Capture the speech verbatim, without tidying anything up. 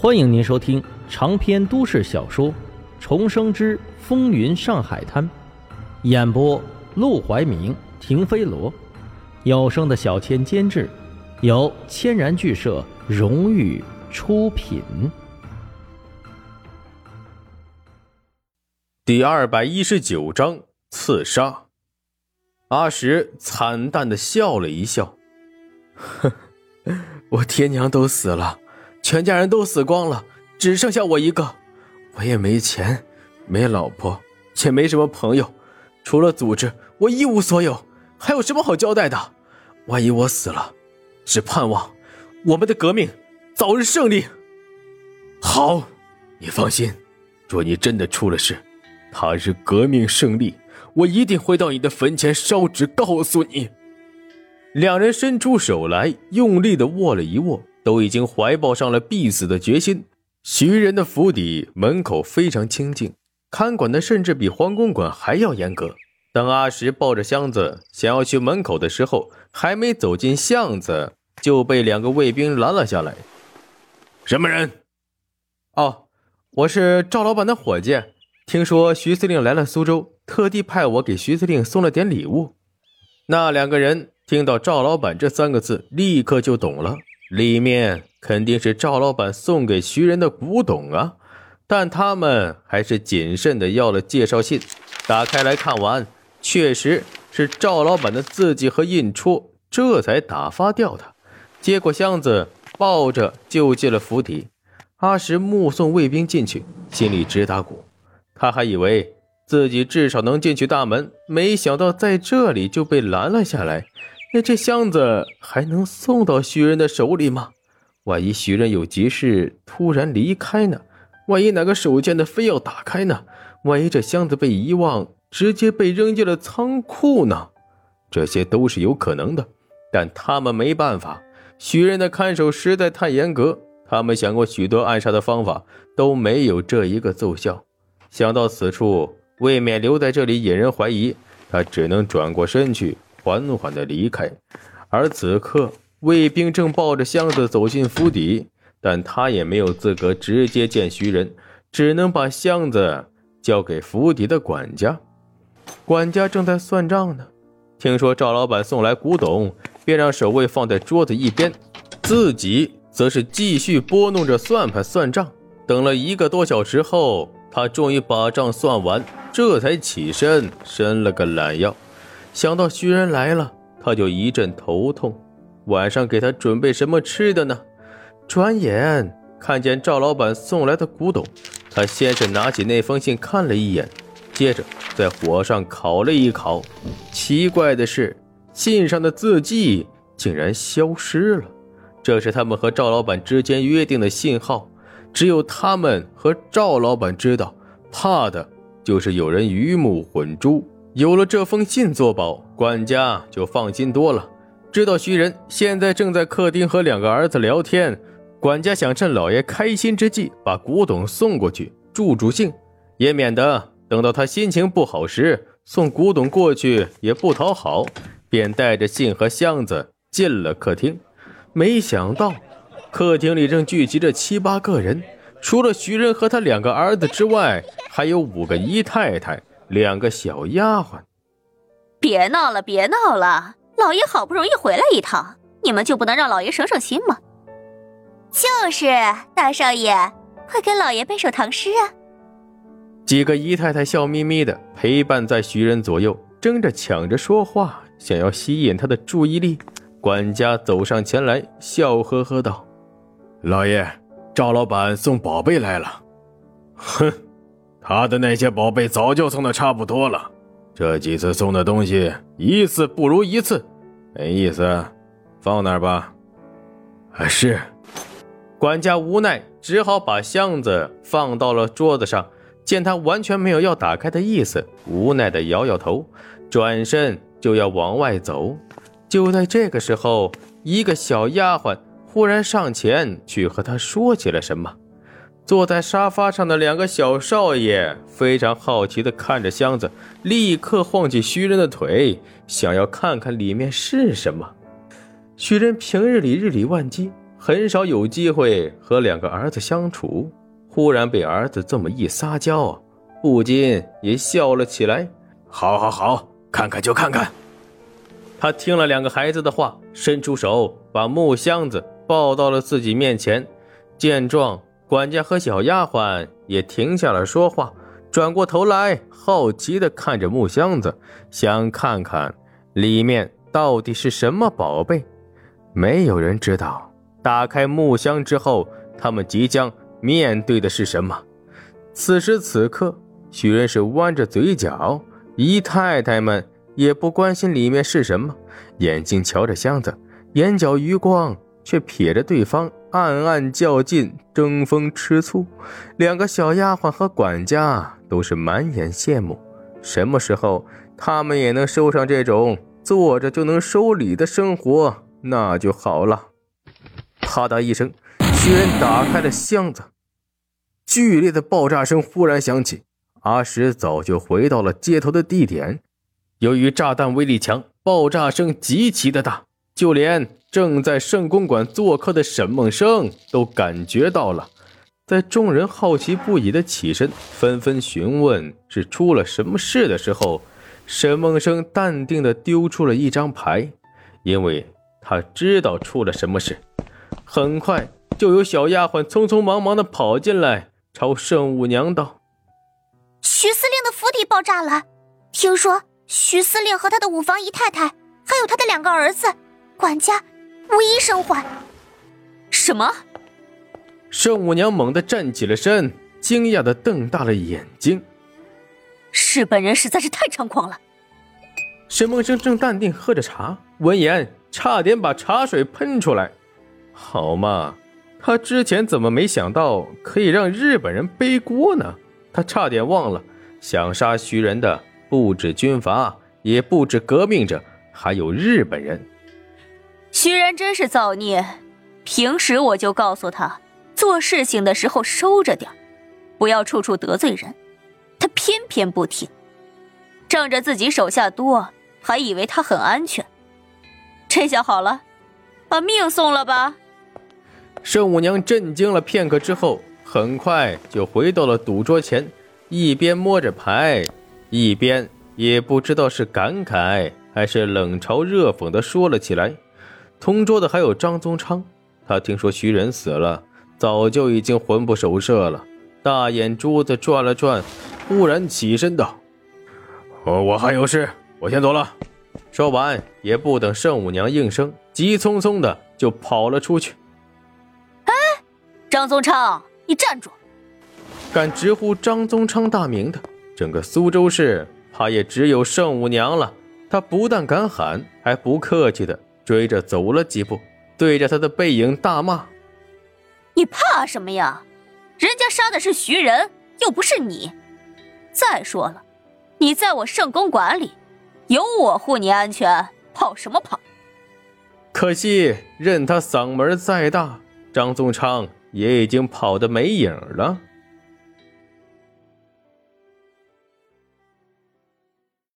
欢迎您收听长篇都市小说《重生之风云上海滩》，演播陆怀明、停飞罗，有声的小千监制，由千然剧社荣誉出品。 第二百一十九章刺杀。阿石惨淡地笑了一笑，呵，我爹娘都死了，全家人都死光了，只剩下我一个。我也没钱，没老婆，也没什么朋友，除了组织，我一无所有，还有什么好交代的？万一我死了，只盼望我们的革命早日胜利。好，你放心，若你真的出了事，他日革命胜利，我一定会到你的坟前烧纸告诉你。两人伸出手来，用力地握了一握，都已经怀抱上了必死的决心。徐人的府邸门口非常清静，看管的甚至比黄公馆还要严格。当阿石抱着箱子想要去门口的时候，还没走进巷子，就被两个卫兵拦了下来。什么人？哦，我是赵老板的伙计，听说徐司令来了苏州，特地派我给徐司令送了点礼物。那两个人听到赵老板这三个字，立刻就懂了，里面肯定是赵老板送给徐人的古董啊，但他们还是谨慎地要了介绍信，打开来看完，确实是赵老板的字迹和印戳，这才打发掉他。接过箱子，抱着就进了府邸。阿石目送卫兵进去，心里直打鼓，他还以为自己至少能进去大门，没想到在这里就被拦了下来。那这箱子还能送到徐人的手里吗？万一徐人有急事突然离开呢？万一哪个手贱的非要打开呢？万一这箱子被遗忘，直接被扔进了仓库呢？这些都是有可能的，但他们没办法，徐人的看守实在太严格，他们想过许多暗杀的方法，都没有这一个奏效。想到此处，未免留在这里引人怀疑，他只能转过身去，缓缓地离开。而此刻，卫兵正抱着箱子走进府邸，但他也没有资格直接见徐人，只能把箱子交给府邸的管家。管家正在算账呢，听说赵老板送来古董，便让守卫放在桌子一边，自己则是继续拨弄着算盘算账。等了一个多小时后，他终于把账算完，这才起身伸了个懒腰。想到徐人来了，他就一阵头痛，晚上给他准备什么吃的呢？转眼看见赵老板送来的古董，他先是拿起那封信看了一眼，接着在火上烤了一烤。奇怪的是，信上的字迹竟然消失了，这是他们和赵老板之间约定的信号，只有他们和赵老板知道，怕的就是有人鱼目混珠。有了这封信作保，管家就放心多了。知道徐人现在正在客厅和两个儿子聊天，管家想趁老爷开心之际把古董送过去助助兴，也免得等到他心情不好时送古董过去也不讨好，便带着信和箱子进了客厅。没想到客厅里正聚集着七八个人，除了徐人和他两个儿子之外，还有五个姨太太，两个小丫鬟。 别闹了，别闹了，老爷好不容易回来一趟，你们就不能让老爷省省心吗？就是大少爷，快给老爷背首唐诗啊！ 几个姨太太笑眯眯的陪伴在徐人左右，争着抢着说话，想要吸引他的注意力。管家走上前来，笑呵呵道：老爷，赵老板送宝贝来了。哼，他的那些宝贝早就送的差不多了，这几次送的东西一次不如一次，没意思，放那儿吧。啊，是。管家无奈，只好把箱子放到了桌子上，见他完全没有要打开的意思，无奈地摇摇头，转身就要往外走。就在这个时候，一个小丫鬟忽然上前去和他说起了什么。坐在沙发上的两个小少爷非常好奇地看着箱子，立刻晃起徐人的腿，想要看看里面是什么。徐人平日里日理万机， 很少有机会和两个儿子相处，忽然被儿子这么一撒娇，不禁也笑了起来。好好好，看看就看看。他听了两个孩子的话，伸出手把木箱子抱到了自己面前。见状，管家和小丫鬟也停下了说话，转过头来好奇地看着木箱子，想看看里面到底是什么宝贝。没有人知道打开木箱之后他们即将面对的是什么。此时此刻，许人是弯着嘴角，姨太太们也不关心里面是什么，眼睛瞧着箱子，眼角余光却瞥着对方，暗暗较劲，争风吃醋。两个小丫鬟和管家都是满眼羡慕，什么时候他们也能收上这种坐着就能收礼的生活，那就好了。啪嗒一声，许人打开了箱子，剧烈的爆炸声忽然响起。阿石早就回到了接头的地点，由于炸弹威力强，爆炸声极其的大，就连正在圣公馆做客的沈梦生都感觉到了。在众人好奇不已的起身纷纷询问是出了什么事的时候，沈梦生淡定地丢出了一张牌，因为他知道出了什么事。很快就有小丫鬟匆匆忙忙地跑进来，朝圣母娘道： 徐司令的府邸爆炸了，听说徐司令和他的五房姨太太还有他的两个儿子管家无一生还。什么？ 圣母娘猛地站起了身，惊讶地瞪大了眼睛。 日本人实在是太猖狂了。 沈梦生正淡定喝着茶，闻言差点把茶水喷出来。好嘛，他之前怎么没想到可以让日本人背锅呢？他差点忘了，想杀徐仁的不止军阀，也不止革命者，还有日本人。 徐仁真是造孽，平时我就告诉他，做事情的时候收着点，不要处处得罪人，他偏偏不听，仗着自己手下多，还以为他很安全。这下好了，把命送了吧。 圣母娘震惊了片刻之后，很快就回到了赌桌前，一边摸着牌，一边也不知道是感慨还是冷嘲热讽地说了起来。同桌的还有张宗昌，他听说徐仁死了，早就已经魂不守舍了，大眼珠子转了转，忽然起身道：哦，我还有事，我先走了。说完也不等圣母娘应声，急匆匆的就跑了出去。 哎，张宗昌，你站住！ 敢直呼张宗昌大名的，整个苏州市怕也只有圣母娘了。他不但敢喊，还不客气的追着走了几步，对着他的背影大骂： 你怕什么呀？人家杀的是徐仁，又不是你。再说了，你在我圣公馆里，有我护你安全，跑什么跑？ 可惜任他嗓门再大，张宗昌也已经跑得没影了。